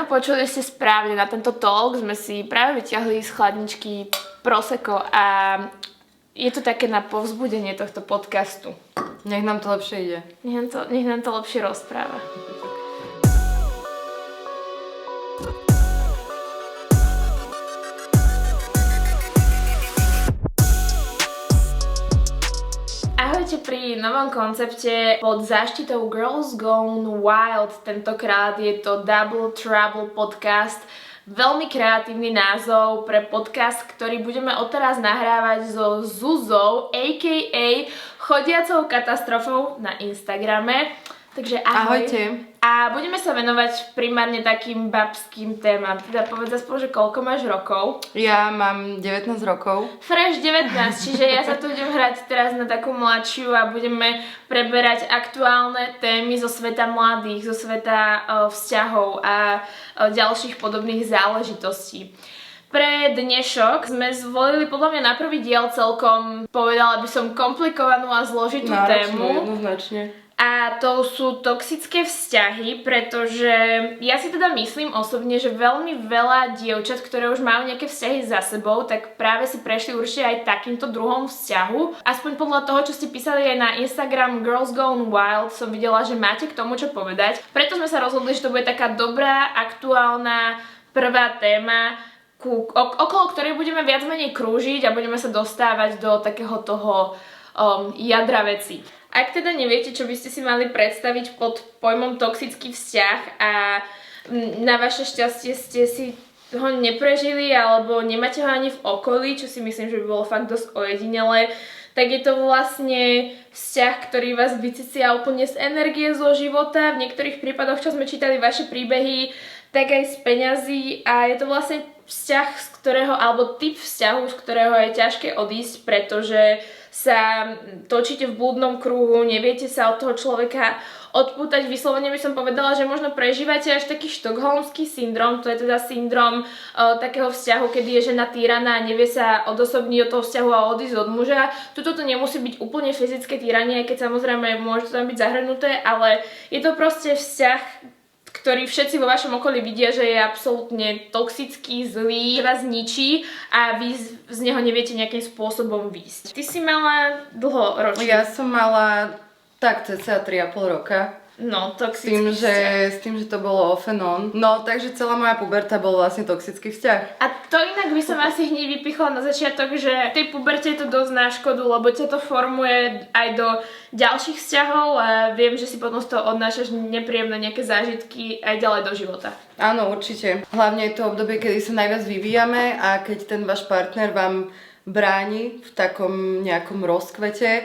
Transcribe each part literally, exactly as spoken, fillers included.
počuli ste správne, na tento talk sme si práve vyťahli z chladničky prosecco a je to také na povzbudenie tohto podcastu. Nech nám to lepšie ide. Nech nám to, nech nám to lepšie rozpráva. Pri novom koncepte pod záštitou Girls Gone Wild, tentokrát je to Double Trouble podcast. Veľmi kreatívny názov pre podcast, ktorý budeme odteraz nahrávať so Zuzou, á ká á chodiacou katastrofou na Instagrame. Takže ahoj. Ahojte. A budeme sa venovať primárne takým babským témam. Teda povedz aspoň, že koľko máš rokov? Ja mám devätnásť rokov. Fresh devätnásť, čiže ja sa tu idem hrať teraz na takú mladšiu a budeme preberať aktuálne témy zo sveta mladých, zo sveta o, vzťahov a o, ďalších podobných záležitostí. Pre dnešok sme zvolili podľa mňa na prvý diel celkom, povedala by som, komplikovanú a zložitú Náročnú, tému. jednoznačne. A to sú toxické vzťahy, pretože ja si teda myslím osobne, že veľmi veľa dievčat, ktoré už majú nejaké vzťahy za sebou, tak práve si prešli určite aj takýmto druhom vzťahu. Aspoň podľa toho, čo ste písali aj na Instagram Girls Gone Wild, som videla, že máte k tomu čo povedať. Preto sme sa rozhodli, že to bude taká dobrá, aktuálna prvá téma, ku, okolo ktorej budeme viac menej krúžiť a budeme sa dostávať do takého toho um, jadra veci. Ak teda neviete, čo by ste si mali predstaviť pod pojmom toxický vzťah a na vaše šťastie ste si ho neprežili alebo nemáte ho ani v okolí, čo si myslím, že by bolo fakt dosť ojedinelé, tak je to vlastne vzťah, ktorý vás vycicia úplne z energie zo života. V niektorých prípadoch, čo sme čítali vaše príbehy, tak aj z peňazí a je to vlastne vzťah, z ktorého, alebo typ vzťahu, z ktorého je ťažké odísť, pretože sa točíte v blúdnom kruhu, neviete sa od toho človeka odpútať. Vyslovene by som povedala, že možno prežívate až taký štokholmský syndrom, to je teda syndrom uh, takého vzťahu, kedy je žena týraná a nevie sa odosobniť od toho vzťahu a odísť od muža. Tuto to nemusí byť úplne fyzické týranie, keď samozrejme môže to tam byť zahrnuté, ale je to proste vzťah, ktorý všetci vo vašom okolí vidia, že je absolútne toxický, zlý, že vás ničí a vy z neho neviete nejakým spôsobom výjsť. Ty si mala dlho ročný. Ja som mala tak cca tri a pol roka. No, toxický s tým, že, vzťah. s tým, že to bolo off and on. No, takže celá moja puberta bol vlastne toxický vzťah. A to inak by som asi hneď vypichla na začiatok, že v tej puberte je to dosť na škodu, lebo ťa to formuje aj do ďalších vzťahov a viem, že si potom z toho odnášaš nepríjemné nejaké zážitky aj ďalej do života. Áno, určite. Hlavne je to obdobie, kedy sa najviac vyvíjame a keď ten váš partner vám bráni v takom nejakom rozkvete,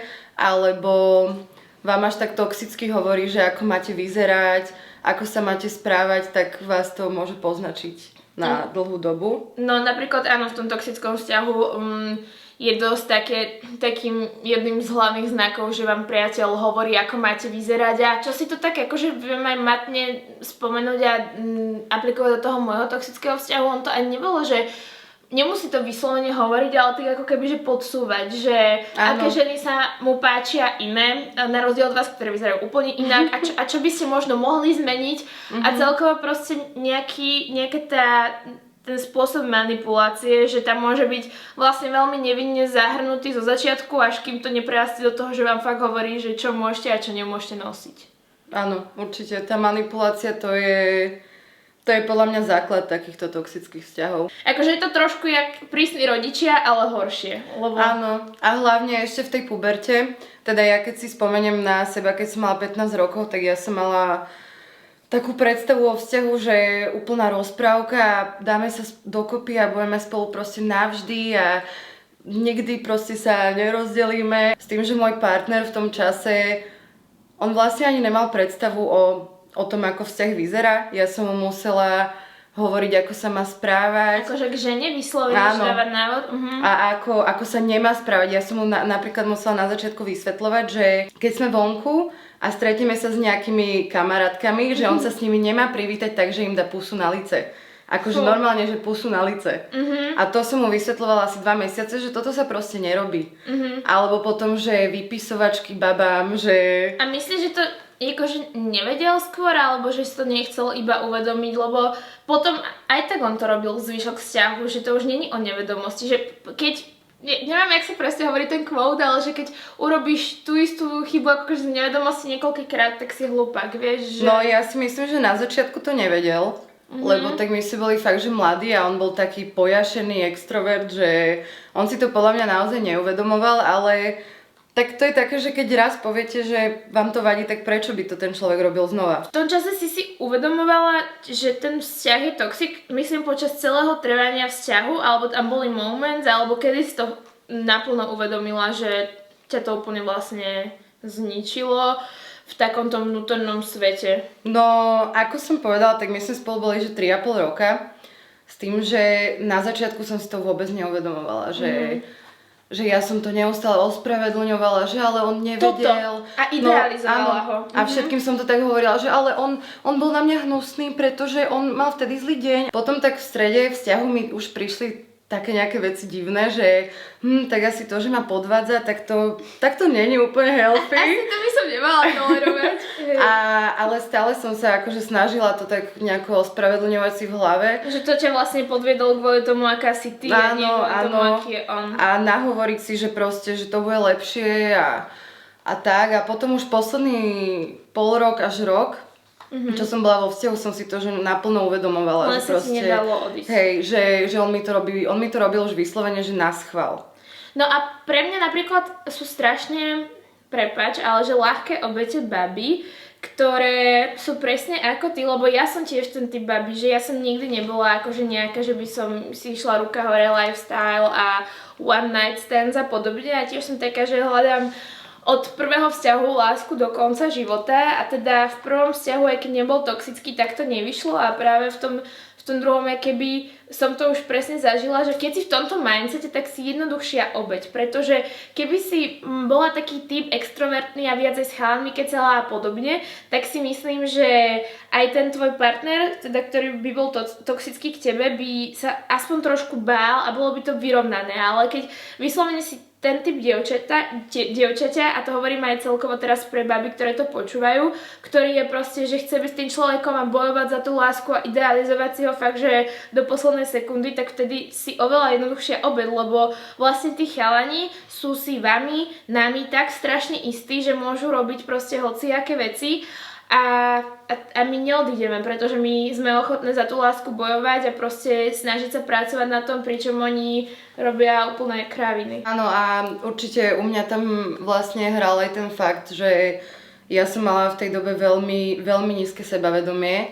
alebo vám až tak toxicky hovorí, že ako máte vyzerať, ako sa máte správať, tak vás to môže poznačiť na dlhú dobu. No napríklad áno, v tom toxickom vzťahu um, je dosť také, takým jedným z hlavných znakov, že vám priateľ hovorí, ako máte vyzerať a čo si to tak akože viem aj matne spomenúť a um, aplikovať do toho môjho toxického vzťahu, on to aj nebolo, že nemusí to vyslovene hovoriť, ale tak ako keby, že podsúvať, že áno, aké ženy sa mu páčia iné, na rozdiel od vás, ktoré vyzerajú úplne inak a čo, a čo by ste možno mohli zmeniť mm-hmm. a celkovo proste nejaký, nejaká tá, ten spôsob manipulácie, že tam môže byť vlastne veľmi nevinne zahrnutý zo začiatku, až kým to neprerastie do toho, že vám fakt hovorí, že čo môžete a čo nemôžete nosiť. Áno, určite. Tá manipulácia to je... To je podľa mňa základ takýchto toxických vzťahov. Akože je to trošku jak prísni rodičia, ale horšie. Lebo... Áno, a hlavne ešte v tej puberte, teda ja keď si spomeniem na seba, keď som mala pätnásť rokov, tak ja som mala takú predstavu o vzťahu, že je úplná rozprávka a dáme sa dokopy a budeme spolu proste navždy a nikdy proste sa nerozdelíme. S tým, že môj partner v tom čase, on vlastne ani nemal predstavu o o tom, ako vzťah vyzerá. Ja som mu musela hovoriť, ako sa má správať. Akože k žene vyslovene dávať návod. Uh-huh. A ako, ako sa nemá správať. Ja som mu na, napríklad musela na začiatku vysvetľovať, že keď sme vonku a stretneme sa s nejakými kamarátkami, uh-huh. že on sa s nimi nemá privítať tak, že im dá pusu na lice. Akože Fú. normálne, že pusu na lice. Uh-huh. A to som mu vysvetľovala asi dva mesiace, že toto sa proste nerobí. Uh-huh. Alebo potom, že vypisovačky babám, že... A myslíš, že to akože nevedel skôr, alebo že si to nechcel iba uvedomiť, lebo potom aj tak on to robil zvyšok vzťahu, že to už není o nevedomosti, že keď, ne, neviem, jak sa presne hovorí ten quote, ale že keď urobíš tú istú chybu akože z nevedomosti niekoľkýkrát, tak si hlupák, vieš, že... No ja si myslím, že na začiatku to nevedel, mm-hmm. lebo tak my si boli fakt, že mladí a on bol taký pojašený extrovert, že on si to podľa mňa naozaj neuvedomoval, ale tak to je také, že keď raz poviete, že vám to vadí, tak prečo by to ten človek robil znova? V tom čase si si uvedomovala, že ten vzťah je toxic, myslím počas celého trvania vzťahu, alebo tam boli moments, alebo kedy si to naplno uvedomila, že ťa to úplne vlastne zničilo v takomto vnútornom svete? No, ako som povedala, tak my sme spolu boli, že tri a pol roka, s tým, že na začiatku som si to vôbec neuvedomovala, že... Mm. že ja som to neustále ospravedlňovala, že ale on nevedel. Toto. A idealizovala no, ho. A všetkým som to tak hovorila, že ale on, on bol na mňa hnusný, pretože on mal vtedy zlý deň. Potom tak v strede vzťahu mi už prišli také nejaké veci divné, že hm, tak asi to, že ma podvádza, tak to, tak to není úplne healthy. Asi to by som nemala tolerovať. A, ale stále som sa akože snažila to tak nejako ospravedlňovať si v hlave. Že to ťa vlastne podviedol kvôli tomu, aká si ty, áno, a nie kvôli áno. tomu, aký je on. A nahovoriť si, že proste, že to bude lepšie a, a tak. A potom už posledný pol rok až rok, mm-hmm. čo som bola vo vzťahu, som si to že naplno uvedomovala. Len že sa proste, ti nedalo odísť. Hej, že, že on, mi to robí, on mi to robil už vyslovene, že na schvál. No a pre mňa napríklad sú strašne, prepáč, ale že ľahké obete baby, ktoré sú presne ako ty, lebo ja som tiež ten typ baby, že ja som nikdy nebola akože nejaká, že by som si išla ruka hore lifestyle a one night stands a podobne, a tiež som taká, že hľadám od prvého vzťahu lásku do konca života, a teda v prvom vzťahu, aj keď nebol toxický, tak to nevyšlo, a práve v tom, v tom druhom, keby som to už presne zažila, že keď si v tomto mindsete, tak si jednoduchšia obeť, pretože keby si bola taký typ extrovertný a viacej s chalami kecala a podobne, tak si myslím, že aj ten tvoj partner, teda ktorý by bol to, toxický k tebe, by sa aspoň trošku bál a bolo by to vyrovnané, ale keď vyslovene si ten typ dievčata, dievčaťa, a to hovorím aj celkovo teraz pre baby, ktoré to počúvajú, ktorý je proste, že chce byť s tým človekom a bojovať za tú lásku a idealizovať si ho fakt, že do poslednej sekundy, tak vtedy si oveľa jednoduchšia obed, lebo vlastne tí chalani sú si vami, nami tak strašne istí, že môžu robiť proste hociaké veci. A, a, a my neodídeme, pretože my sme ochotné za tú lásku bojovať a proste snažiť sa pracovať na tom, pričom oni robia úplné kráviny. Áno, a určite u mňa tam vlastne hral aj ten fakt, že ja som mala v tej dobe veľmi, veľmi nízke sebavedomie,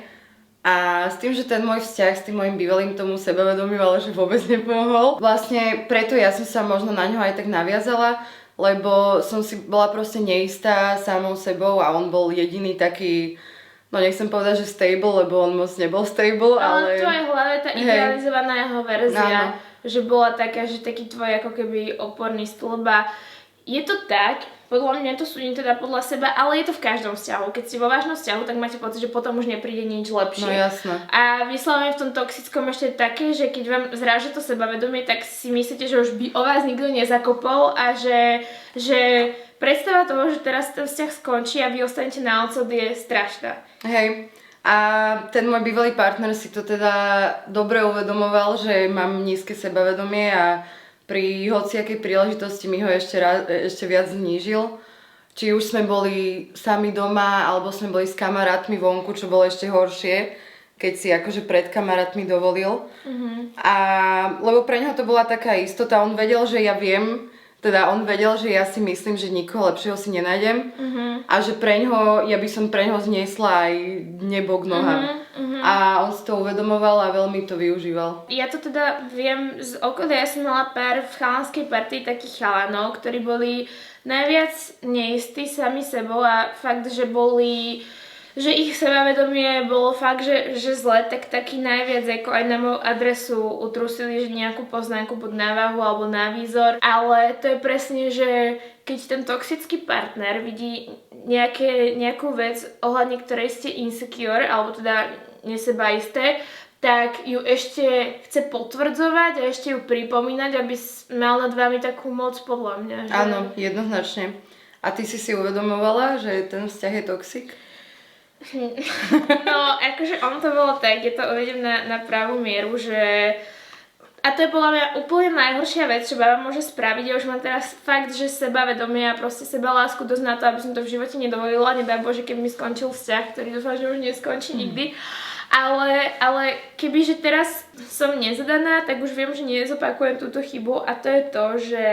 a s tým, že ten môj vzťah s tým mojim bývalým tomu sebavedomiu ale že vôbec nepomohol. Vlastne preto ja som sa možno na ňo aj tak naviazala, lebo som si bola proste neistá samou sebou a on bol jediný taký, no nechcem povedať, že stable, lebo on moc nebol stable, ale... Ale to je hlavne tá idealizovaná jeho verzia, Áno. že bola taká, že taký tvoj ako keby oporný stĺb, a je to tak, podľa mňa to súdim teda podľa seba, ale je to v každom vzťahu. Keď si vo vážnom vzťahu, tak máte pocit, že potom už nepríde nič lepšie. No jasné. A vyslovene v tom toxickom ešte je také, že keď vám zráža to sebavedomie, tak si myslíte, že už by o vás nikto nezakopol a že, že predstava toho, že teraz ten vzťah skončí a vy ostanete na odsud, je strašná. Hej. A ten môj bývalý partner si to teda dobre uvedomoval, že mám nízke sebavedomie a pri hociakej príležitosti mi ho ešte, raz, ešte viac znížil. Či už sme boli sami doma, alebo sme boli s kamarátmi vonku, čo bolo ešte horšie, keď si akože pred kamarátmi dovolil. Mm-hmm. A, lebo pre neho to bola taká istota, on vedel, že ja viem, teda on vedel, že ja si myslím, že nikoho lepšieho si nenájdem, mm-hmm. a že pre ňoho, ja by som pre ňoho zniesla aj nebo k nohám. Mm-hmm. Uh-huh. A on si to uvedomoval a veľmi to využíval. Ja to teda viem z okolia, ja som mala pár v chalanskej partii takých chalanov, ktorí boli najviac neistí sami sebou a fakt, že boli, že ich sebavedomie bolo fakt, že, že zle, tak taký najviac ako aj na moju adresu utrusili, že nejakú poznámku buď na váhu alebo na výzor, ale to je presne, že keď ten toxický partner vidí nejaké, nejakú vec, ohľadne ktorej ste insecure, alebo teda nesebaisté, tak ju ešte chce potvrdzovať a ešte ju pripomínať, aby mal nad vami takú moc, podľa mňa. Že? Áno, jednoznačne. A ty si si uvedomovala, že ten vzťah je toxik? No, akože on to bolo tak, ja to uvedem na, na pravú mieru, že a to je podľa mňa úplne najhoršia vec, čo baba môže spraviť. Ja už mám teraz fakt, že sebavedomie a proste sebalásku dosť na to, aby som to v živote nedovolila. Nedaj Bože, keby mi skončil vzťah, ktorý dúfam, že už neskončí nikdy. Ale, ale kebyže teraz som nezadaná, tak už viem, že nezopakujem túto chybu a to je to, že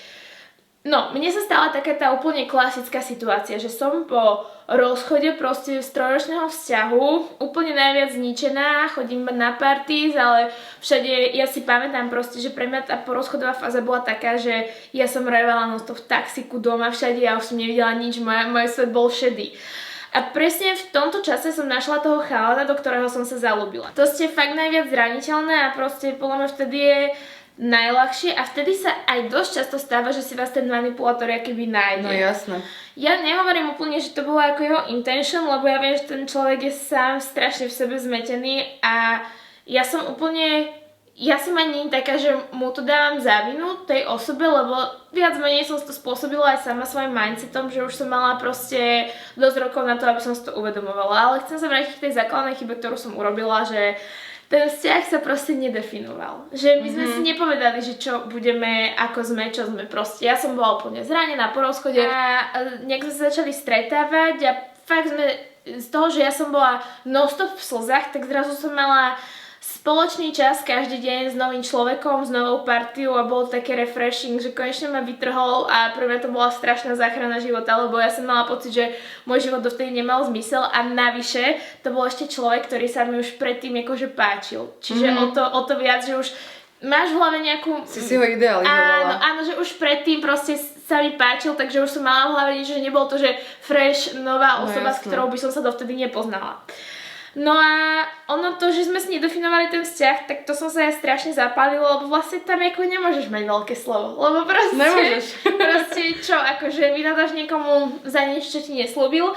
no, mne sa stala taká tá úplne klasická situácia, že som po rozchode proste z trojročného vzťahu úplne najviac zničená, chodím na parties, ale všade, ja si pamätám proste, že pre mňa tá porozchodová fáza bola taká, že ja som revala non-stop v taxiku doma, všade, ja už som nevidela nič, môj, môj svet bol šedý. A presne v tomto čase som našla toho chalana, do ktorého som sa zalúbila. To ste fakt najviac zraniteľné a proste podľa mňa vtedy je najľahšie a vtedy sa aj dosť často stáva, že si vás ten manipulátor akoby nájde. No jasné. Ja nehovorím úplne, že to bolo ako jeho intention, lebo ja viem, že ten človek je sám strašne v sebe zmetený a ja som úplne, ja som ani nie taká, že mu to dávam za vinu tej osobe, lebo viac menej som to spôsobila aj sama svojim mindsetom, že už som mala proste dosť rokov na to, aby som si to uvedomovala. Ale chcem sa vrátiť k tej základnej chybe, ktorú som urobila, že ten vzťah sa proste nedefinoval. Že my sme mm-hmm. si nepovedali, že čo budeme, ako sme, čo sme proste. Ja som bola úplne zranená po rozchode a nejak sme sa začali stretávať a fakt sme z toho, že ja som bola non-stop v slzách, tak zrazu som mala spoločný čas každý deň s novým človekom, s novou partiou a bolo to také refreshing, že konečne ma vytrhol a pre mňa to bola strašná záchrana života, lebo ja som mala pocit, že môj život dovtedy nemal zmysel a navyše to bol ešte človek, ktorý sa mi už predtým akože páčil. Čiže mm-hmm. o, to, o to viac, že už máš v hlave nejakú... Si si ho idealizovala. Áno, áno, že už predtým proste sa mi páčil, takže už som mala v hlave niečo, že nebolo to, že fresh, nová osoba, no, s ktorou by som sa dovtedy nepoznala. No a ono to, že sme si nedefinovali ten vzťah, tak to som sa ja strašne zapálila, lebo vlastne tam ako nemôžeš mať veľké slovo, lebo proste, nemôžeš. proste čo, akože vynadáš niekomu za niečo, čo ti neslúbil,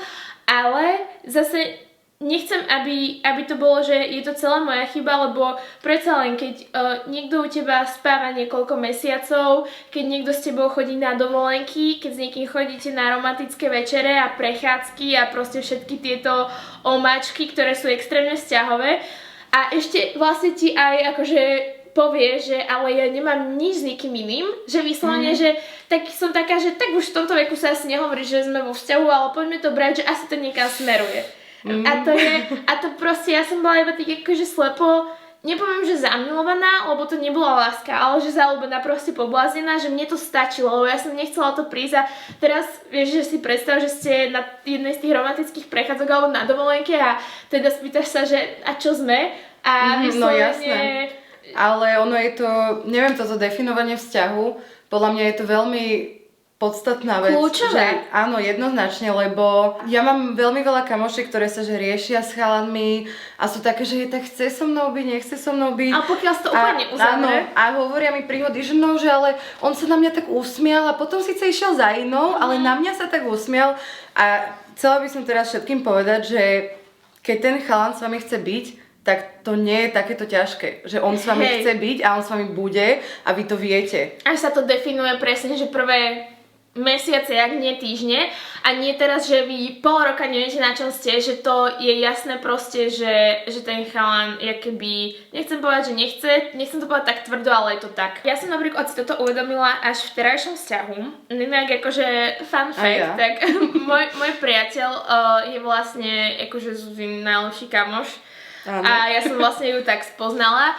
ale zase nechcem, aby, aby to bolo, že je to celá moja chyba, lebo predsa len, keď uh, niekto u teba spáva niekoľko mesiacov, keď niekto s tebou chodí na dovolenky, keď s niekým chodíte na romantické večere a prechádzky a proste všetky tieto omáčky, ktoré sú extrémne vzťahové a ešte vlastne ti aj akože povie, že ale ja nemám nič s nikým iným, že vyslovene, mm. že tak som taká, že tak už v tomto veku sa asi nehovorí, že sme vo vzťahu, ale poďme to brať, že asi to niekam smeruje. Mm. A to je, a to proste, ja som bola iba tak akože slepo, nepoviem, že zamilovaná, lebo to nebola láska, ale že zaľúbená, proste pobláznená, že mne to stačilo, lebo ja som nechcela to prísť a teraz, vieš, že si predstav, že ste na jednej z tých romantických prechádzok alebo na dovolenke a teda spýtaš sa, že a čo sme? A mm, no jasné, ale ono je to, neviem, toto definovanie vzťahu, podľa mňa je to veľmi podstatná vec. Kľúčové. Že, áno, jednoznačne, lebo ja mám veľmi veľa kamošiek, ktoré sa že riešia s chalanmi a sú také, že je tak chce so mnou byť, nechce so mnou byť. A pokiaľ to úplne uzavre. A hovoria mi príhody, že no, že ale on sa na mňa tak usmial a potom síce išiel za inou, mm. ale na mňa sa tak usmial a chcela by som teraz všetkým povedať, že keď ten chalan s vami chce byť, tak to nie je takéto ťažké, že on s vami Hej. chce byť a on s vami bude a vy to viete. Až sa to definuje presne, že prvé mesiace, ak nie týždne a nie teraz, že vy pol roka neviete na čom ste, že to je jasné proste, že, že ten chalan je keby, nechcem povedať, že nechce, nechcem to povedať tak tvrdo, ale je to tak. Ja som napríklad si toto uvedomila až v terajšom vzťahu, inak akože fun fact, ja. tak môj, môj priateľ uh, je vlastne akože Zuzin najlepší kamoš Áno. a ja som vlastne ju tak spoznala.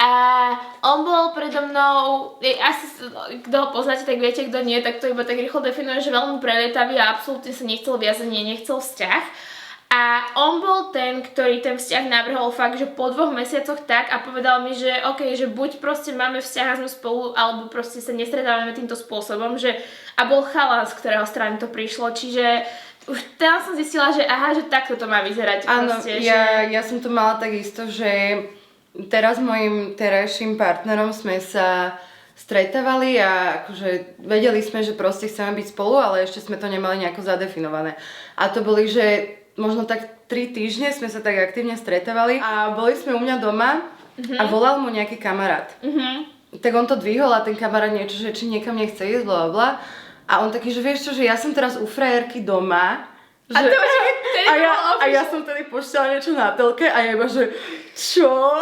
A on bol predo mnou, asi kto ho poznáte, tak viete, kto nie, tak to iba tak rýchlo definuje, že veľmi prelietavý a absolútne sa nechcel viazanie, nechcel vzťah. A on bol ten, ktorý ten vzťah navrhol fakt, že po dvoch mesiacoch tak a povedal mi, že ok, že buď proste máme vzťah a sme spolu, alebo proste sa nestretávame týmto spôsobom, že a bol chalan, z ktorého strany to prišlo, čiže už teraz som zistila, že aha, že takto to má vyzerať. Áno, proste, ja, že... ja som to mala takisto, že teraz s mojím terajším partnerom sme sa stretávali a akože vedeli sme, že proste chceme byť spolu, ale ešte sme to nemali nejako zadefinované. A to boli, že možno tak tri týždne sme sa tak aktívne stretávali a boli sme u mňa doma mm-hmm. a volal mu nejaký kamarát. Mm-hmm. Tak on to dvihol a ten kamarát niečo, že či niekam nechce ísť, bla bla. A on taký, že vieš čo, že ja som teraz u frajerky doma. A, že, to, že a, ja, a ja som tedy pošťala niečo na telke a ja iba, že čo?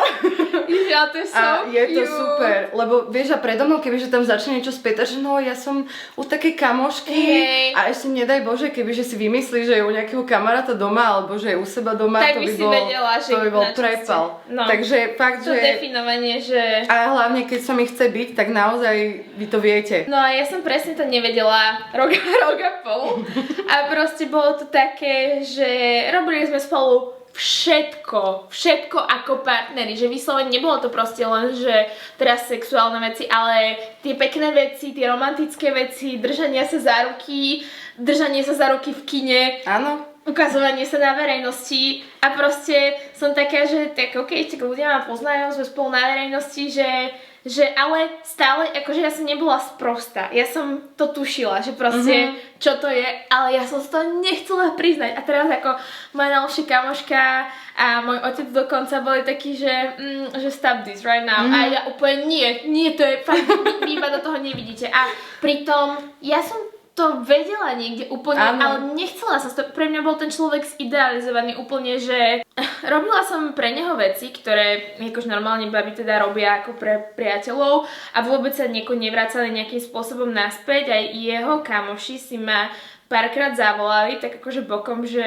Ja, to je so A je to cute. super, lebo vieš, a predo mnou, kebyže tam začne niečo späť, že no, ja som u takej kamošky Hej. a ešte nedaj Bože, kebyže si vymyslí, že je u nejakého kamaráta doma, alebo že je u seba doma, Tak to by by si bol, vedela, že to by bol na čo prepal. ste. No. Takže fakt, To že... definovanie, že... A hlavne, keď sa mi chce byť, tak naozaj vy to viete. No a ja som presne to nevedela rok, rok a pol. A proste bolo to také, že robili sme spolu všetko, všetko ako partneri, že vyslovene nebolo to proste len, že teraz sexuálne veci, ale tie pekné veci, tie romantické veci, držania sa za ruky, držanie sa za ruky v kine, Áno. ukazovanie sa na verejnosti a proste som taká, že tak okej, okay, ľudia ma poznajú, sme spolu na verejnosti, že že ale stále, akože ja som nebola sprostá. Ja som to tušila, že proste mm-hmm. čo to je, ale ja som si to nechcela priznať. A teraz ako moja najlepšia kamoška a môj otec dokonca boli takí, že, mm, že stop this right now. Mm-hmm. A ja úplne nie, nie, to je fakt, vy, vy iba do toho nevidíte. A pritom ja som to vedela niekde úplne, ano. Ale nechcela som to. Pre mňa bol ten človek zidealizovaný úplne, že robila som pre neho veci, ktoré akož normálne baby teda robia ako pre priateľov a vôbec sa nieko nevracali nejakým spôsobom naspäť. Aj jeho kamoši si ma párkrát zavolali, tak akože bokom, že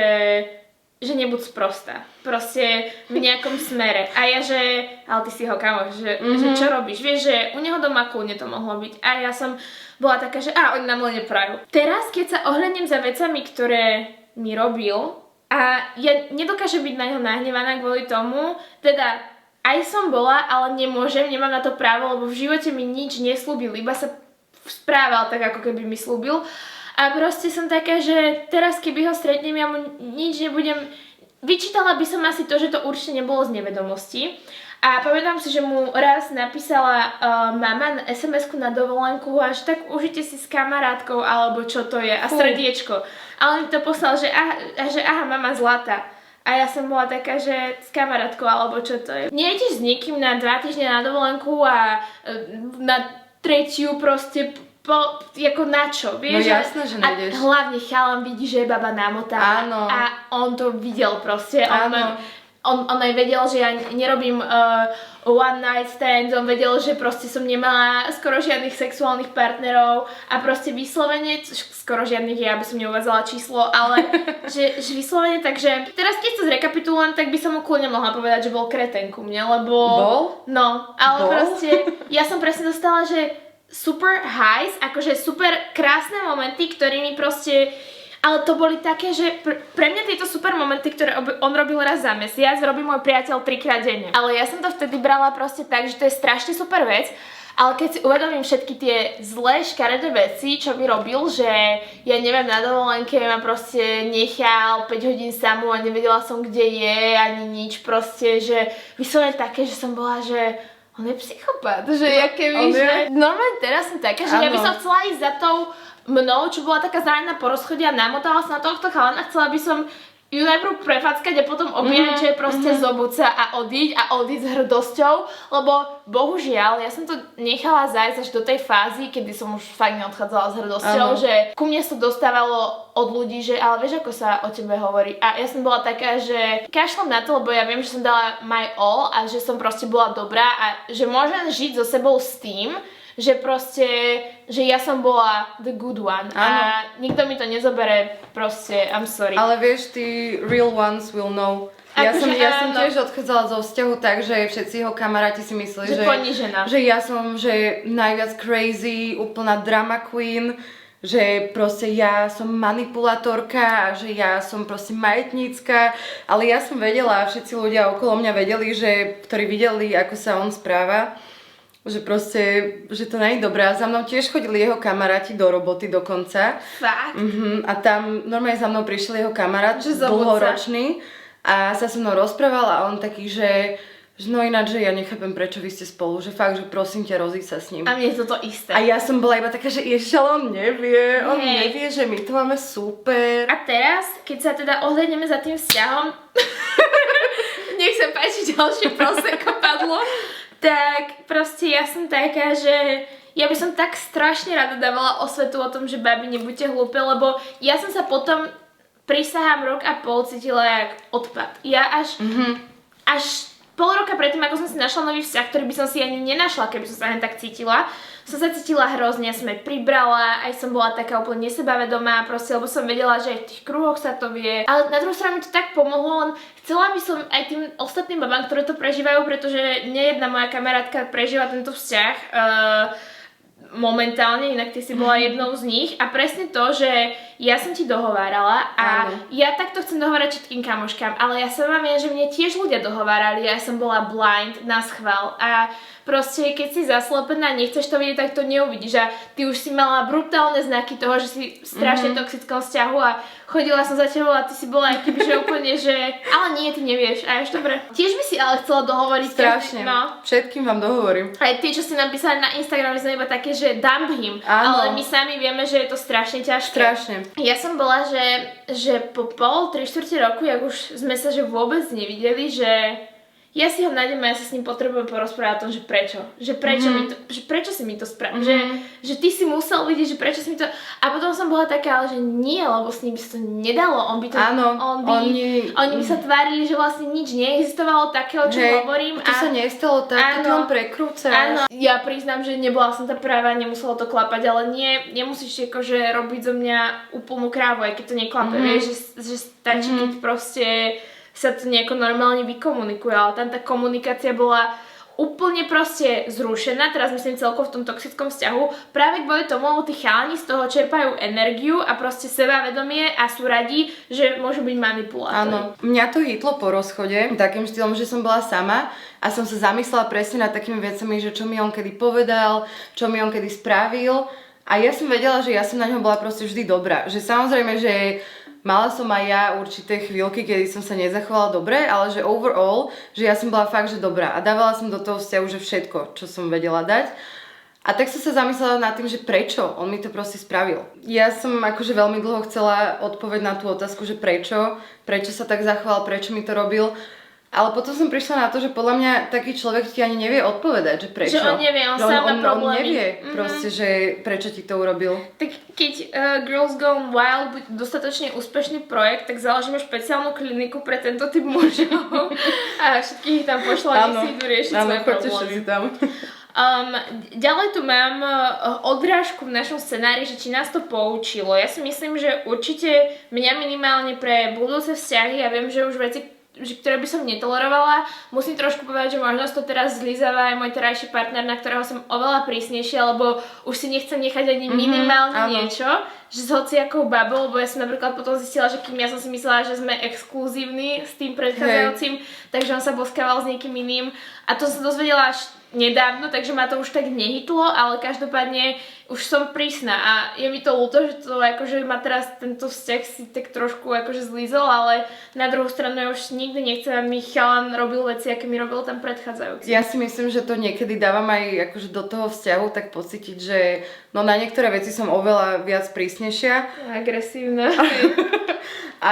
že nebuď sprostá. Proste v nejakom smere. A ja, že ale ty si ho kamoš, že, mm-hmm. že čo robíš? Vieš, že u neho doma kľudne to mohlo byť. A ja som bola taká, že a oni nám len neprajú. Teraz, keď sa ohľadnem za vecami, ktoré mi robil a ja nedokážem byť na neho nahnevaná kvôli tomu, teda aj som bola, ale nemôžem, nemám na to právo, lebo v živote mi nič neslúbil, iba sa správal tak, ako keby mi slúbil. A proste som taká, že teraz keby ho stretnem, ja mu nič nebudem... Vyčítala by som asi to, že to určite nebolo z nevedomosti. A pamätám si, že mu raz napísala uh, mama es em esku na dovolenku a že tak užite si s kamarátkou, alebo čo to je, a srdiečko. A on mi to poslal, že aha, že aha, mama zlata. A ja som bola taká, že s kamarátkou, alebo čo to je. Nejdeš s niekým na dva týždne na dovolenku a uh, na tretiu proste... Po, ako na čo, vieš? No jasné, že nejdeš. A hlavne chalan vidí, že je baba namotaná. Áno. A on to videl proste. On, Áno. on, on aj vedel, že ja nerobím uh, one night stands, on vedel, že proste som nemala skoro žiadnych sexuálnych partnerov a proste vyslovene, skoro žiadnych, ja by som neuvádzala číslo, ale že, že vyslovene, takže teraz keď to zrekapitulujem, tak by som mu kľudne mohla povedať, že bol kreten ku mne, lebo... Bol? No, ale Bol? proste, ja som presne dostala, že super highs, akože super krásne momenty, ktorými proste, ale to boli také, že pr- pre mňa tieto super momenty, ktoré ob- on robil raz za mesiac, robí môj priateľ trikrát denne. Ale ja som to vtedy brala proste tak, že to je strašne super vec, ale keď si uvedomím všetky tie zlé, škaredé veci, čo mi robil, že ja neviem, na dovolenke ma proste nechal päť hodín samú a nevedela som, kde je, ani nič proste, že vyslovene také, že som bola, že on je psychopat, že ja keby, že... Normálne teraz som taká, že ano. Ja by som chcela ísť za tou mnou, čo bola taká zranená po rozchode a namotala sa na tohto chalana, chcela by som ju najprv prefackať a potom objať, mm-hmm. že proste mm-hmm. zobuť sa a odísť a odísť s hrdosťou, lebo bohužiaľ, ja som to nechala zájsť až do tej fázy, kedy som už fakt neodchádzala s hrdosťou, ano. Že ku mne sa dostávalo od ľudí, že ale vieš, ako sa o tebe hovorí. A ja som bola taká, že kašľam na to, lebo ja viem, že som dala my all a že som proste bola dobrá a že môžem žiť so sebou s tým, že proste, že ja som bola the good one. Ano. A nikto mi to nezobere, proste, I'm sorry. Ale vieš, tí real ones will know. Ja som, ja som tiež odchádzala zo vzťahu tak, že všetci jeho kamaráti si mysleli, že, že, že ja som že najviac crazy, úplná drama queen, že proste ja som manipulátorka, že ja som proste majetnícka, ale ja som vedela, všetci ľudia okolo mňa vedeli, že, ktorí videli, ako sa on správa, že proste, že to nie je dobré. A za mnou tiež chodili jeho kamaráti do roboty dokonca. Fakt? Uh-huh. A tam normálne za mnou prišiel jeho kamarát, dlhoročný, a sa so mnou rozprával a on taký, že, že no ináč, že ja nechápem, prečo vy ste spolu, že fakt, že prosím ťa, rozíď sa s ním. A mne je toto isté. A ja som bola iba taká, že ešte, ale on nevie, on Hej. nevie, že my to máme super. A teraz, keď sa teda ohľadneme za tým vzťahom, nech sa páči, ďalšie prosecco padlo, tak proste ja som taká, že ja by som tak strašne rada dávala osvetu o tom, že babi, nebuďte hlúpe, lebo ja som sa potom, prisahám, rok a pol cítila jak odpad. Ja až, mm-hmm. až pol roka predtým, ako som si našla nový vzťah, ktorý by som si ani nenašla, keby som sa len tak cítila, som sa cítila hrozne, som aj pribrala, aj som bola taká úplne nesebavedomá, proste, lebo som vedela, že aj v tých kruhoch sa to vie. Ale na druhú stranu mi to tak pomohlo, len chcela by som aj tým ostatným babám, ktoré to prežívajú, pretože nejedna moja kamarátka prežíva tento vzťah uh, momentálne, inak ty si bola jednou z nich a presne to, že ja som ti dohovárala a Áno. ja takto chcem dohovárať všetkým kamoškám, ale ja sama viem, že mne tiež ľudia dohovárali, ja som bola blind na schvál a proste keď si zaslepená, nechceš to vidieť, tak to neuvidíš a ty už si mala brutálne znaky toho, že si v strašne mm-hmm. toxickom vzťahu a chodila som za tebou a ty si bola akýby, že úplne, že ale nie, ty nevieš a až dobre. Tiež by si ale chcela dohovoriť. Strašne, no. Všetkým vám dohovorím. Aj tí, čo si napísali na Instagrame, sme iba také, že dump him, ale my sami vieme, že je to strašne ťažké. Strašne. Ja som bola, že, že po pol, tri štvrte roku, jak už sme sa že vôbec nevideli, že ja si ho nájdem a ja sa s ním potrebujem porozprávať o tom, že prečo. Že prečo, mm-hmm. mi to, že prečo si mi to spravil. Mm-hmm. Že, že ty si musel vidieť, že prečo si mi to... A potom som bola taká, ale že nie, lebo s ním by sa to nedalo. On by to... Áno, on by, oni... oni by sa tvárili, že vlastne nič neexistovalo takého, čo Hej, hovorím. to a... sa nestalo tak, áno, to len prekrúcaš. Áno, ja priznám, že nebola som tá práva, nemuselo to klapať, ale nie, nemusíš akože robiť zo mňa úplnú krávu, aj keď to neklape, mm-hmm. vieš, že, že stačí, mm-hmm. keď proste sa to nejako normálne vykomunikuje, ale tam tá komunikácia bola úplne proste zrušená, teraz myslím celkovo v tom toxickom vzťahu, práve kvôli tomu, lebo tí chalani z toho čerpajú energiu a proste sebavedomie a sú radi, že môžu byť manipulátori. Áno, mňa to hitlo po rozchode takým štýlom, že som bola sama a som sa zamyslela presne nad takými vecami, že čo mi on kedy povedal, čo mi on kedy spravil a ja som vedela, že ja som na ňom bola proste vždy dobrá, že samozrejme, že mala som aj ja určité chvíľky, kedy som sa nezachovala dobre, ale že overall, že ja som bola fakt, že dobrá a dávala som do toho vzťahu, že všetko, čo som vedela dať. A tak som sa zamyslela nad tým, že prečo on mi to proste spravil. Ja som akože veľmi dlho chcela odpoveď na tú otázku, že prečo, prečo sa tak zachoval, prečo mi to robil. Ale potom som prišla na to, že podľa mňa taký človek ti ani nevie odpovedať, že prečo. Že on nevie, on, on sám má problémy. On nevie mm-hmm. proste, že prečo ti to urobil. Tak keď uh, Girls Gone Wild bude dostatočne úspešný projekt, tak založíme špeciálnu kliniku pre tento typ mužov a všetkých tam pošla, nech si idú riešiť áno, svoje problémy. Tam. Um, ďalej tu mám uh, odrážku v našom scenári, že či nás to poučilo. Ja si myslím, že určite mňa minimálne pre budúce vzťahy, ja viem, že už veci, že, ktoré by som netolerovala. Musím trošku povedať, že možno to teraz zlízava aj môj terajší partner, na ktorého som oveľa prísnejšia, lebo už si nechcem nechať ani minimálne mm-hmm, niečo, že s hociakou babou, lebo ja som napríklad potom zistila, že kým ja som si myslela, že sme exkluzívni s tým predchádzajúcim, takže on sa boskával s niekým iným a to som dozvedela až nedávno, takže ma to už tak nehitlo, ale každopádne už som prísna a je mi to ľúto, že to akože ma teraz tento vzťah si tak trošku akože zlízol, ale na druhú stranu ja už nikdy nechcem, aby mi chalan robil veci, aké mi robil tam predchádzajúci. Ja si myslím, že to niekedy dávam aj akože do toho vzťahu tak pocítiť, že no na niektoré veci som oveľa viac prísnejšia. Agresívna. a,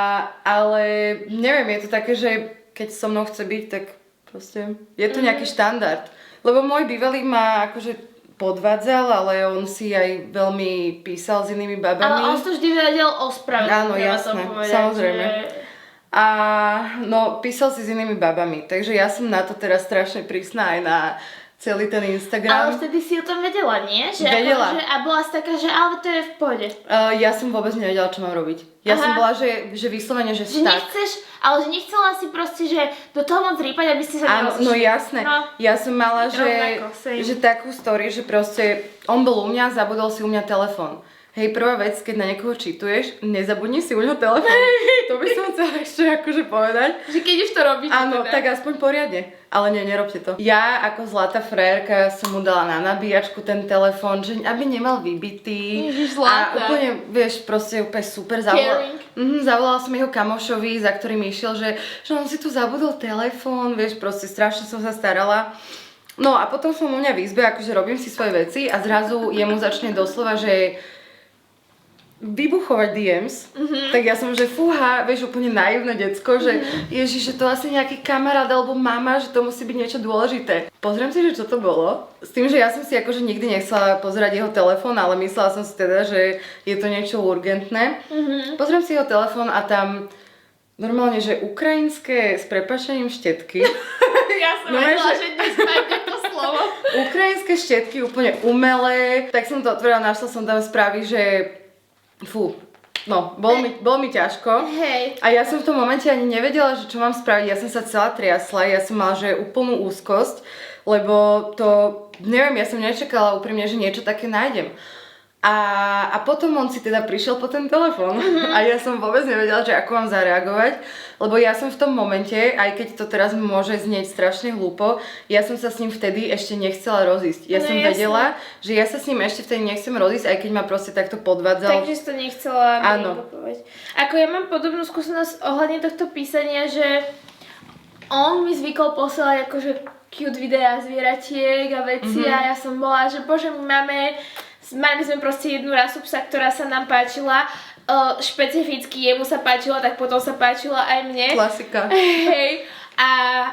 ale neviem, je to také, že keď so mnou chce byť, tak proste je to nejaký štandard. Lebo môj bývalý ma akože podvádzal, ale on si aj veľmi písal s inými babami. Ale on to vždy vedel ospravedlniť. Áno, jasné, samozrejme. Že... A no, písal si s inými babami, takže ja som na to teraz strašne prísna aj na celý ten Instagram. Ale vtedy si o tom vedela, nie? Že vedela. Ako, že, a bola si taká, že ale to je v pohode. Uh, ja som vôbec nevedela, čo mám robiť. Ja Aha. som bola, že, že vyslovene, že, že tak. Nechceš, ale že nechcela si proste, že do toho moc rýpať, aby ste sa Áno, no jasné. No. Ja som mala, že, že takú story, že proste on bol u mňa, zabudol si u mňa telefón. Hej, prvá vec, keď na niekoho čítuješ, nezabudni si u neho telefón. To by som chcela ešte akože povedať. Že keď už to robíte Áno, teda. tak aspoň poriadne. Ale nie, nerobte to. Ja ako zlatá frérka som mu dala na nabíjačku ten telefón, že aby nemal vybitý. Ježiš, zlatá. A úplne, vieš, proste úplne super. Zavolala, mm, zavolala som jeho kamošovi, za ktorým išiel, že, že on si tu zabudol telefón, vieš, proste strašne som sa starala. No a potom som u mňa v izbe, akože robím si svoje veci a zrazu jemu začne doslova, že vybuchovať dé ems, mm-hmm. tak ja som, že fúha, vieš, úplne naivné decko, že mm-hmm. ježiš, že to asi nejaký kamarát alebo mama, že to musí byť niečo dôležité. Pozriem si, že čo to bolo. S tým, že ja som si akože nikdy nechcela pozerať jeho telefón, ale myslela som si teda, že je to niečo urgentné. Mm-hmm. Pozriem si jeho telefón a tam normálne, že ukrajinské s prepáčením štetky. Ja som no, vedela, že, že dnes máte to slovo. Ukrajinské štetky, úplne umelé. Tak som to otvorila, našla som tam správy, že fú, no, bolo mi, bolo mi ťažko. Hej. A ja som v tom momente ani nevedela, že čo mám spraviť. Ja som sa celá triasla, ja som mala, že úplnú úzkosť, lebo to, neviem, ja som nečakala úprimne, že niečo také nájdem. A, a potom on si teda prišiel po ten telefón mm-hmm. a ja som vôbec nevedela, že ako mám zareagovať, lebo ja som v tom momente, aj keď to teraz môže znieť strašne hlúpo, ja som sa s ním vtedy ešte nechcela rozísť. Ja no, som jasne. vedela, že ja sa s ním ešte vtedy nechcem rozísť, aj keď ma proste takto podvádzal. Takže si to nechcela povedať. Ako ja mám podobnú skúsenosť ohľadne tohto písania, že on mi zvykol posielať akože cute videá zvieratiek a veci mm-hmm. a ja som bola, že bože, my máme Mali sme proste jednu rasu psa, ktorá sa nám páčila, uh, špecificky jemu sa páčila, tak potom sa páčila aj mne. Klasika. Hej. A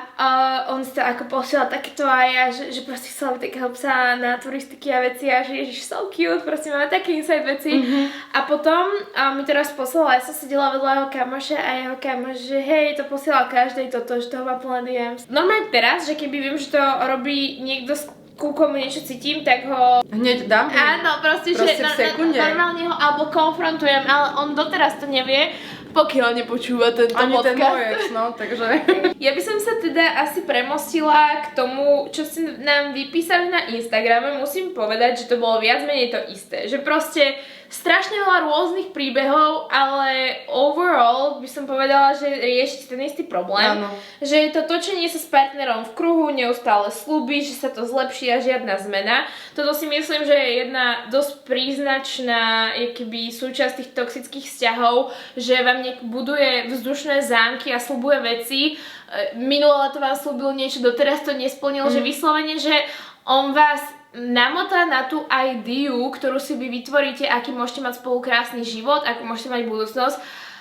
uh, on sa ako posielal takéto aj ja, že, že proste chcela by takého psa na turistiky a veci a že ježiš, so cute, proste máme také inside veci. Mm-hmm. A potom uh, mi teraz poslala, ja som sedela vedľa jeho kamoša a jeho kamoš, že hej, to posielal každej toto, že toho má plné dé ems. Normálne teraz, že keby viem, že to robí niekto ku komu niečo cítim, tak ho... Hneď dám? Áno, proste, proste že na, na, normálne ho alebo konfrontujem, ale on doteraz to nevie, pokiaľ nepočúva tento Ani podcast. Ani ten môj ex, no, takže... Ja by som sa teda asi premostila k tomu, čo si nám vypísali na Instagrame. Musím povedať, že to bolo viac menej to isté. Že proste strašne veľa rôznych príbehov, ale overall by som povedala, že riešiť ten istý problém. Áno. Že je to točenie sa s partnerom v kruhu, neustále sľuby, že sa to zlepší a žiadna zmena. Toto si myslím, že je jedna dosť príznačná keby súčasť tých toxických vzťahov, že vám niekto buduje vzdušné zámky a sľubuje veci. Minulé leto vám sľúbil niečo, doteraz to nesplnil, mm. že vyslovene, že on vás namotá na tú ideu, ktorú si vy vytvoríte, aký môžete mať spolu krásny život, akú môžete mať budúcnosť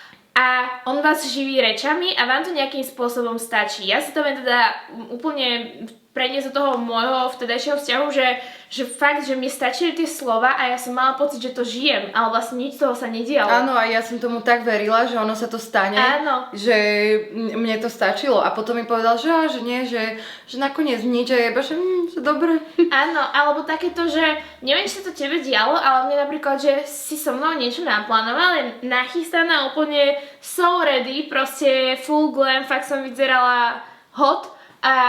a on vás živí rečami a vám to nejakým spôsobom stačí. Ja si to viem teda úplne preniesť do toho môjho vtedajšieho vzťahu, že, že fakt, že mi stačili tie slova a ja som mala pocit, že to žijem, ale vlastne nič z toho sa nedialo. Áno, a ja som tomu tak verila, že ono sa to stane, Áno. že mne to stačilo a potom mi povedal, že, že nie, že, že nakoniec nič a jeba, že, mm, že dobre. Áno, alebo takéto, že neviem, či sa to tebe dialo, ale mne napríklad, že si so mnou niečo naplánovala, nachystaná úplne so ready, proste full glam, fakt som vyzerala hot.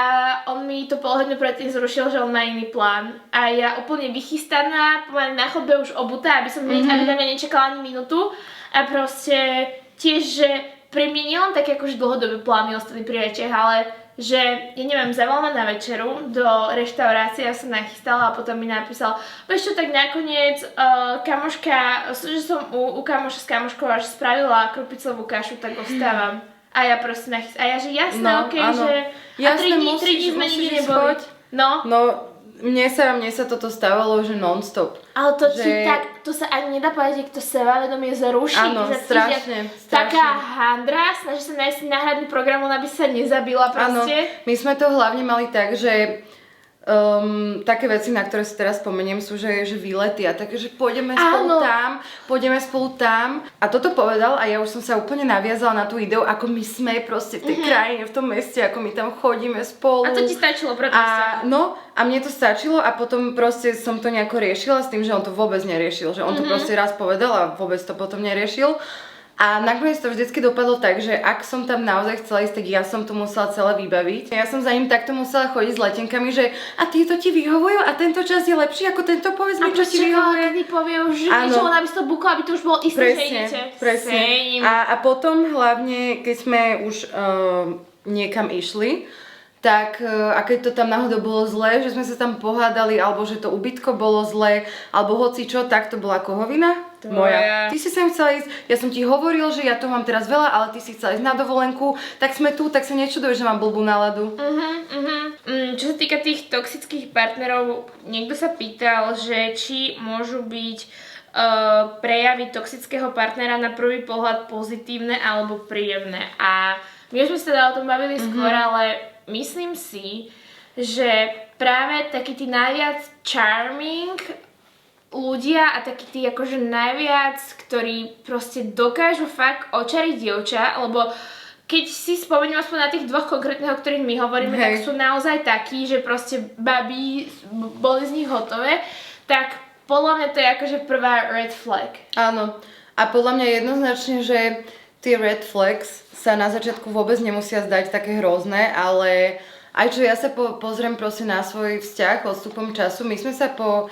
A on mi to pol hodinu predtým zrušil, že on má iný plán. A ja úplne vychystaná, pomaly na chodbe už obutá, aby som mm-hmm. aby na mňa nečakala ani minútu. A proste tiež, že pre mňa nielen také akože dlhodobé plány ostali pri rečiach, ale že, ja neviem, zavolal ma na večeru do reštaurácie, ja som nachystala a potom mi napísal, vieš čo, tak nakoniec uh, kamoška, že som u, u kamoša s kamoškou až spravila krupicovú kašu, tak ostávam. A ja proste nachystala. A ja, že jasné, no, okej, okay, že... Jasné, a tri dní, musíš, tri dní sme nikdy neboli. No. No, mne sa, mne sa toto stávalo, že non-stop. Ale to že... ti tak, to sa ani nedá povedať, že to sebavedomie zruší. Áno, strašne, strašne. Taká handra, snaží sa nájsť náhradný program, aby sa nezabila proste. Áno, my sme to hlavne mali tak, že Um, také veci, na ktoré si teraz spomeniem, sú, že, že výlety a také, že pôjdeme spolu Áno. tam, pôjdeme spolu tam. A toto povedal a ja už som sa úplne naviazala na tú ideu, ako my sme proste v tej mm-hmm. krajine, v tom meste, ako my tam chodíme spolu. A to ti stačilo pre to a, No, a mne to stačilo a potom proste som to nejako riešila s tým, že on to vôbec neriešil, že on mm-hmm. to proste raz povedal a vôbec to potom neriešil. A nakoniec to vždycky dopadlo tak, že ak som tam naozaj chcela ísť, tak ja som to musela celé vybaviť. Ja som za ním takto musela chodiť s letenkami, že a tieto ti vyhovujú a tento čas je lepší ako tento, povedz mi, čo ti vyhovuje. A kedy povie už, že niečo, aby si to bukla, aby to už bolo isté, presne, že idete. Presne, a, a potom hlavne, keď sme už uh, niekam išli, tak a keď to tam náhodou bolo zlé, že sme sa tam pohádali, alebo že to ubytko bolo zlé, alebo hoci čo, tak to bola kohovina to moja. Ja. Ty si sem chcela ísť, ja som ti hovoril, že ja to mám teraz veľa, ale ty si chcela ísť na dovolenku, tak sme tu, tak sa nečuduj, že mám blbú náladu. Uh-huh, uh-huh. Mm, čo sa týka tých toxických partnerov, niekto sa pýtal, že či môžu byť uh, prejavy toxického partnera na prvý pohľad pozitívne alebo príjemné. A my už sme sa teda o tom bavili mm-hmm. skôr, ale myslím si, že práve takí tí najviac charming ľudia a takí tí akože najviac, ktorí proste dokážu fakt očariť dievča, lebo keď si spomeniem aspoň na tých dvoch konkrétnych, o ktorých my hovoríme, Hej. tak sú naozaj takí, že proste babi boli z nich hotové, tak podľa mňa to je akože prvá red flag. Áno. A podľa mňa jednoznačne, že tie red flags sa na začiatku vôbec nemusia zdať také hrozné, ale aj čo ja sa po, pozriem proste na svoj vzťah odstupom času, my sme sa po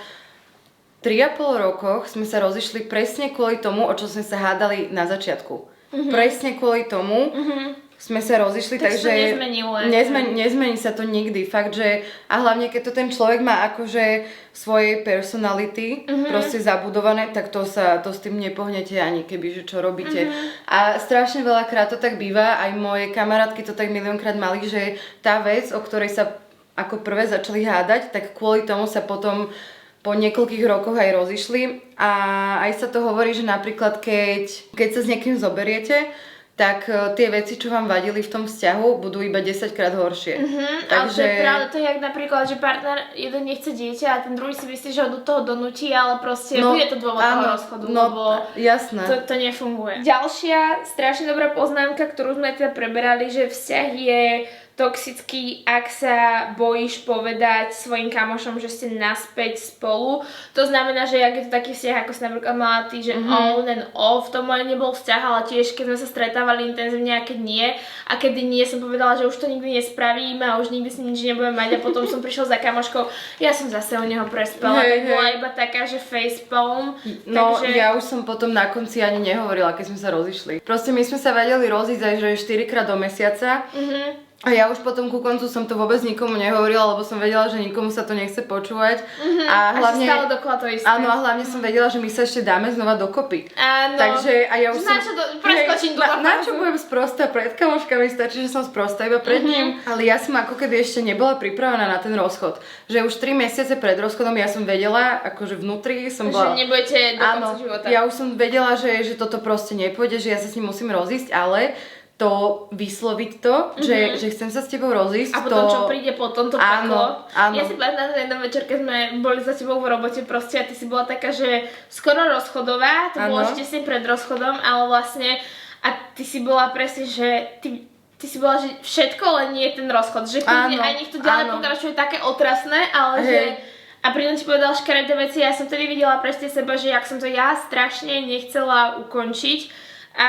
tri a pol rokoch sme sa rozišli presne kvôli tomu, o čo sme sa hádali na začiatku. Mm-hmm. Presne kvôli tomu mm-hmm. sme sa rozišli, tak takže sa nezmenilo. Nezmeni, nezmení sa to nikdy, fakt, že a hlavne keď to ten človek má akože svojej personality mm-hmm. proste zabudované, tak to sa, to s tým nepohnete ani keby, že čo robíte. Mm-hmm. A strašne veľakrát to tak býva, aj moje kamarátky to tak miliónkrát mali, že tá vec, o ktorej sa ako prvé začali hádať, tak kvôli tomu sa potom po niekoľkých rokoch aj rozišli a aj sa to hovorí, že napríklad keď, keď sa s niekým zoberiete, tak tie veci, čo vám vadili v tom vzťahu, budú iba desaťkrát horšie. Mm-hmm, Takže... Ale to je pravda, to je jak napríklad, že partner jeden nechce dieťa a ten druhý si myslí, že ho do toho donúti, ale proste no, bude to dôvod áno, toho rozchodu, no, lebo jasné. To, to nefunguje. Ďalšia strašne dobrá poznámka, ktorú sme teda preberali, že vzťah je toxický, ak sa bojíš povedať svojim kamošom, že ste naspäť spolu. To znamená, že ak je to taký vzťah, ako si napríklad mala ty, že mm-hmm. on and off, to moje nebol vzťah, ale tiež keď sme sa stretávali intenzívne a keď nie. A kedy nie, som povedala, že už to nikdy nespravíme a už nikdy si nič nebudeme mať a potom som prišla za kamoškou, ja som zase o neho prespala, hey, tak hey. bola iba taká, že facepalm. No takže... ja už som potom na konci ani nehovorila, keď sme sa rozišli. Proste my sme sa vedeli rozísť aj že štyrikrát do mesiaca. Mm-hmm. A ja už potom ku koncu som to vôbec nikomu nehovorila, lebo som vedela, že nikomu sa to nechce počúvať. Mm-hmm. A hlavne... A stále dokola to isté. Áno, a hlavne som vedela, že my sa ešte dáme znova dokopy. Áno. Takže a ja už som... Na čo, do... preskočím na, na čo budem sprostá pred kamoškami, stačí, že som sprostá iba pred mm-hmm. ním. Ale ja som ako keby ešte nebola pripravená na ten rozchod. Že už tri mesiace pred rozchodom ja som vedela, akože vnútri som bola... Že nebudete do konca života. Ja už som vedela, že, že toto proste nepôjde, že ja sa s ním musím rozísť, ale... to vysloviť to, mm-hmm. že, že chcem sa s tebou rozísť. A potom to... čo príde potom to áno, peklo. Áno. Ja si pamätám na jeden večer, keď sme boli za tebou v robote proste a ty si bola taká, že skoro rozchodová, to áno. bolo ešte si pred rozchodom, ale vlastne a ty si bola presne, že ty, ty si bola, že všetko len nie je ten rozchod, že kľudne aj nech to ďalej pokračuje také otrasné, ale Hej. že a pritom ti povedal škaredé veci, ja som vtedy videla presne seba, že jak som to ja strašne nechcela ukončiť a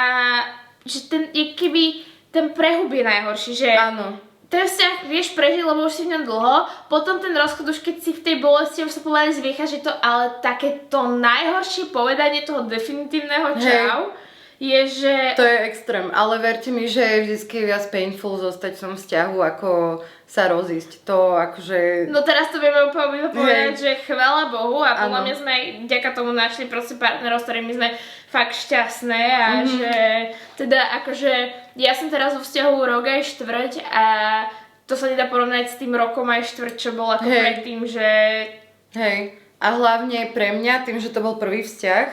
že ten, je keby ten prehub je najhorší, že áno. ten vzťah vieš prežiť, lebo už si v ňom dlho, potom ten rozchod už keď si v tej bolesti už sa povedali zviecha, že to, ale také to najhoršie povedanie toho definitívneho čau Hej. je, že... To je extrém, ale verte mi, že je vždycky viac painful zostať v tom vzťahu, ako sa rozísť. To akože... No teraz to vieme úplne povedať, že chvála Bohu a podľa mňa sme vďaka tomu našli proste partnerov, s ktorými sme fakt šťastné a mm-hmm. že teda akože ja som teraz vo vzťahu rok aj štvrť a to sa nedá porovnať s tým rokom aj štvrť, čo bol ako Hej. predtým, že... Hej. A hlavne pre mňa, tým, že to bol prvý vzťah,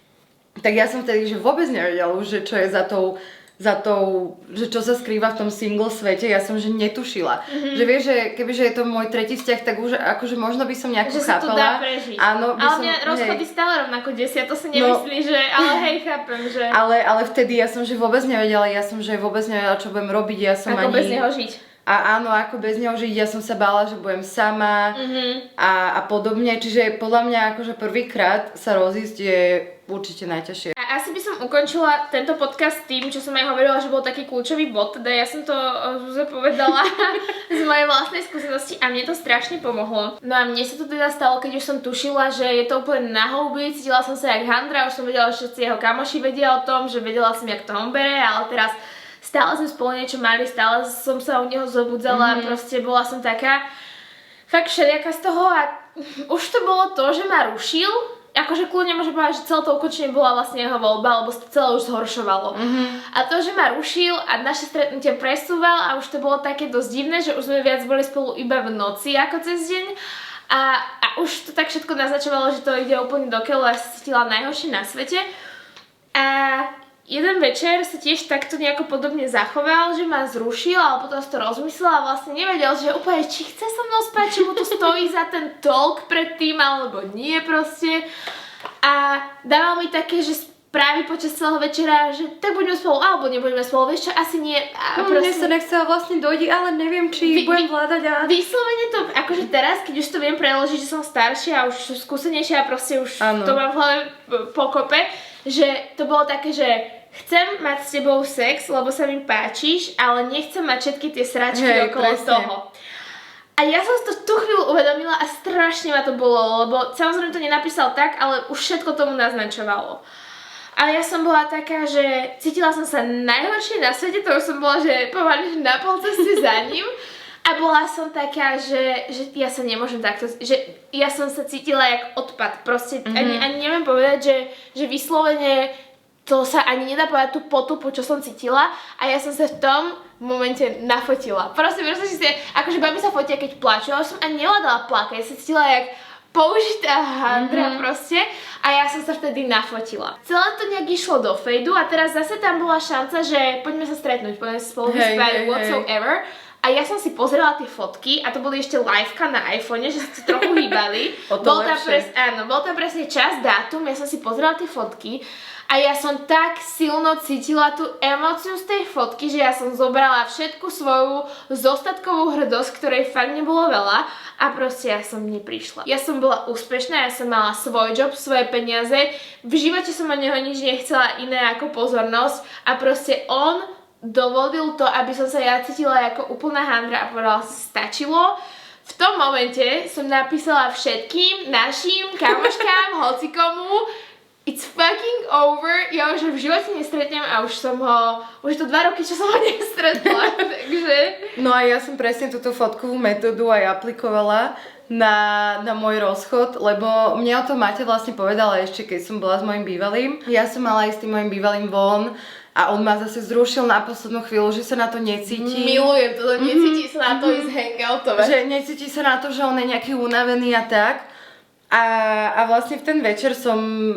tak ja som vtedy, že vôbec nevedela už, že čo je za tou, za tou, že čo sa skrýva v tom single svete, ja som že netušila. Mm-hmm. Že vieš, že kebyže je to môj tretí vzťah, tak už akože možno by som nejako že chápala. Že sa to dá prežiť. Áno, by ale som, mňa rozchody hej. stále rovnako desia, to si nemyslí, no, že ale hej, chápem, že... Ale, ale vtedy ja som že vôbec nevedela, ja som že vôbec nevedela, čo budem robiť, ja som ako ani... bez neho žiť. A áno, ako bez neho žiť, ja som sa bála, že budem sama mm-hmm. a, a podobne, čiže podľa mňa akože prvýkrát sa rozísť je určite najťažšie. A asi by som ukončila tento podcast tým, čo som aj hovorila, že bol taký kľúčový bod, teda ja som to Zuze povedala z mojej vlastnej skúsenosti a mne to strašne pomohlo. No a mne sa to teda stalo, keď už som tušila, že je to úplne na houby, cítila som sa jak handra, už som vedela, že všetci jeho kamoši vedia o tom, že vedela som, jak to on bere, ale teraz stále sme spolu niečo mali, stále som sa u neho zobudzala mm-hmm. a proste bola som taká fakt všelijaká z toho a už to bolo to, že ma rušil. Akože kľudne môžem povedať, že celé to ukončenie bola vlastne jeho voľba, lebo sa to celé už zhoršovalo. Mm-hmm. A to, že ma rušil a naše stretnutie presúval a už to bolo také dosť divné, že už sme viac boli spolu iba v noci ako cez deň. A, a už to tak všetko naznačovalo, že to ide úplne do keľu a ja sa cítila najhoršie na svete. A jeden večer sa tiež takto nejako podobne zachoval, že ma zrušil, ale potom si to rozmyslel a vlastne nevedel, že úplne, či chce so mnou spať, či mu to stojí za ten talk predtým, alebo nie proste. A dával mi také, že správy počas celého večera, že tak budeme spolu, alebo nebudeme spolu, vieš čo, asi nie. A no, proste... Mne sa nechcela vlastne dojdi, ale neviem, či vy, budem vládať a... Vyslovene to, akože teraz, keď už to viem preložiť, že som staršia a už skúsenejšia a proste už ano. To mám v hlave pokope, že to bolo také, že chcem mať s tebou sex, lebo sa mi páčiš, ale nechcem mať všetky tie sračky hey, okolo presne. Toho. A ja som si to tú chvíľu uvedomila a strašne ma to bolo, lebo samozrejme to nenapísal tak, ale už všetko tomu naznačovalo. A ja som bola taká, že cítila som sa najhoršie na svete, to už som bola, že pomaly na pol ceste za ním. A bola som taká, že, že ja sa nemôžem takto, že ja som sa cítila jak odpad. Proste mm-hmm. ani, ani neviem povedať, že, že vyslovene to sa ani nedá povedať tú potupu, čo som cítila. A ja som sa v tom momente nafotila. Proste, proste si, akože babi sa fotia, keď plačú, ale som ani nevládala plakať. Ja sa cítila jak použitá handra mm-hmm. proste a ja som sa vtedy nafotila. Celé to nejak išlo do fejdu a teraz zase tam bola šanca, že poďme sa stretnúť, poďme sa spolu vyspať, hey, hey, whatsoever. A ja som si pozerala tie fotky a to boli ešte liveka na iPhone, že sa trochu hýbali. bol, tam pres, áno, bol tam presne čas, dátum, ja som si pozerala tie fotky a ja som tak silno cítila tú emóciu z tej fotky, že ja som zobrala všetku svoju zostatkovú hrdosť, ktorej fakt nebolo veľa a proste ja som neprišla. Ja som bola úspešná, ja som mala svoj job, svoje peniaze, v živote som od neho nič nechcela iné ako pozornosť a proste on dovolil to, aby som sa ja cítila ako úplná handra a povedala, stačilo. V tom momente som napísala všetkým našim kamoškám, hocikomu, it's fucking over, ja už v živote nestretnem a už som ho, už to dva roky, čo som ho nestretla, takže... No a ja som presne túto fotkovú metódu aj aplikovala na, na môj rozchod, lebo mne o tom Máte vlastne povedala ešte, keď som bola s mojim bývalým. Ja som mala ísť s tým mojim bývalým von a on ma zase zrušil na poslednú chvíľu, že sa na to necíti. Milujem to, necíti mm-hmm. sa na to ísť hangoutovať. Že necíti sa na to, že on je nejaký unavený a tak. A, a vlastne v ten večer som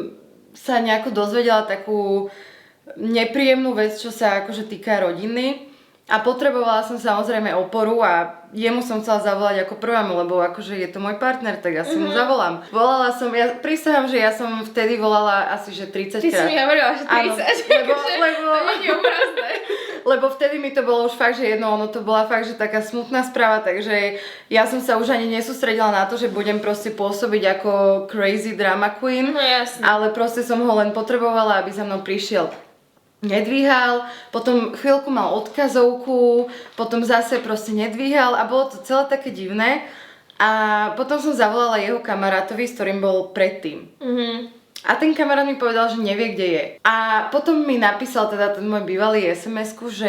sa nejako dozvedela takú nepríjemnú vec, čo sa akože týka rodiny. A potrebovala som samozrejme oporu a jemu som chcela zavolať ako prvému, lebo akože je to môj partner, tak ja si mm-hmm. mu zavolám. Volala som, ja prísahám, že ja som vtedy volala asi že tridsať krát. Ty si mi hovorila, že tridsať, áno, lebo, lebo, to nie je obrazné. Lebo vtedy mi to bolo už fakt, že jedno, ono to bola fakt, že taká smutná správa, takže ja som sa už ani nesústredila na to, že budem proste pôsobiť ako crazy drama queen. No jasne. Ale proste som ho len potrebovala, aby za mnou prišiel. Nedvíhal, potom chvíľku mal odkazovku, potom zase proste nedvíhal a bolo to celé také divné. A potom som zavolala jeho kamarátovi, s ktorým bol predtým. Mm-hmm. A ten kamarát mi povedal, že nevie, kde je. A potom mi napísal teda ten môj bývalý es em esku, že,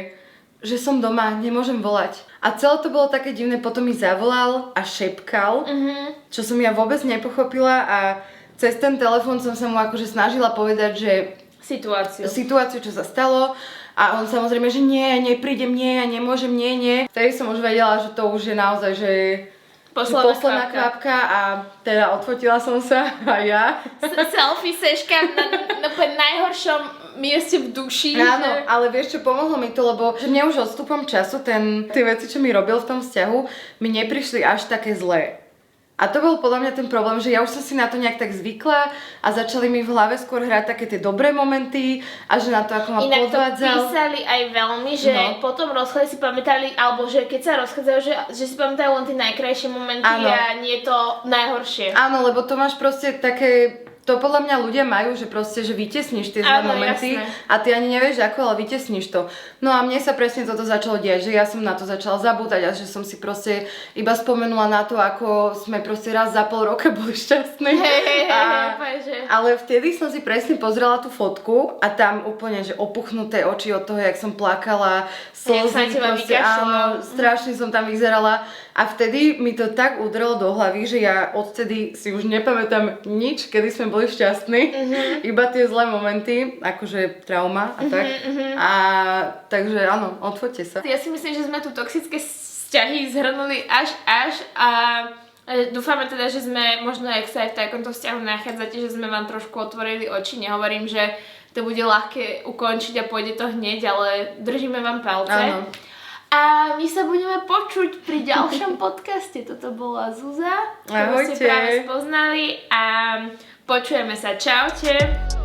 že som doma, nemôžem volať. A celé to bolo také divné, potom mi zavolal a šepkal, mm-hmm. čo som ja vôbec nepochopila a cez ten telefón som sa mu akože snažila povedať, že Situáciu. Situáciu, čo sa stalo. A on samozrejme, že nie, neprídem, nie, ja nemôžem, nie, nie. Vtedy som už vedela, že to už je naozaj, že posledná, posledná kvapka. kvapka a teda odfotila som sa a ja. Selfie seška na, na, na najhoršom mieste v duši. Áno, že... ale vieš čo, pomohlo mi to, lebo že mne už odstupom času ten, tie veci, čo mi robil v tom vzťahu, mi neprišli až také zlé. A to bol podľa mňa ten problém, že ja už som si na to nejak tak zvykla a začali mi v hlave skôr hrať také tie dobré momenty a že na to ako ma inak podvádzal. Inak to písali aj veľmi, že no. potom rozchode si pamätali, alebo že keď sa rozchádzajú, že, že si pamätajú len tie najkrajšie momenty ano. A nie to najhoršie. Áno, lebo to máš proste také... To podľa mňa ľudia majú, že proste, že vytesníš tie zlé momenty jasné. A ty ani nevieš ako, ale vytesníš to. No a mne sa presne toto začalo diať, že ja som na to začala zabúdať a že som si proste iba spomenula na to, ako sme proste raz za pol roka boli šťastní. Hej, hej, a, hej, ale vtedy som si presne pozrela tú fotku a tam úplne, že opuchnuté oči od toho, jak som plakala, slzy, proste áno, strašne som tam vyzerala. A vtedy mi to tak udrelo do hlavy, že ja odtedy si už nepamätám nič, kedy sme boli šťastní, mm-hmm. iba tie zlé momenty, akože trauma a tak. Mm-hmm. A takže áno, odfoďte sa. Ja si myslím, že sme tu toxické vzťahy zhrnuli až až a E, Dúfame teda, že sme, možno ak sa aj v takomto vzťahu nachádzate, že sme vám trošku otvorili oči. Nehovorím, že to bude ľahké ukončiť a pôjde to hneď, ale držíme vám palce. Áno. A my sa budeme počuť pri ďalšom podcaste. Toto bola Zuzá, ktorú ste Ahojte. práve spoznali a počujeme sa. Čaute.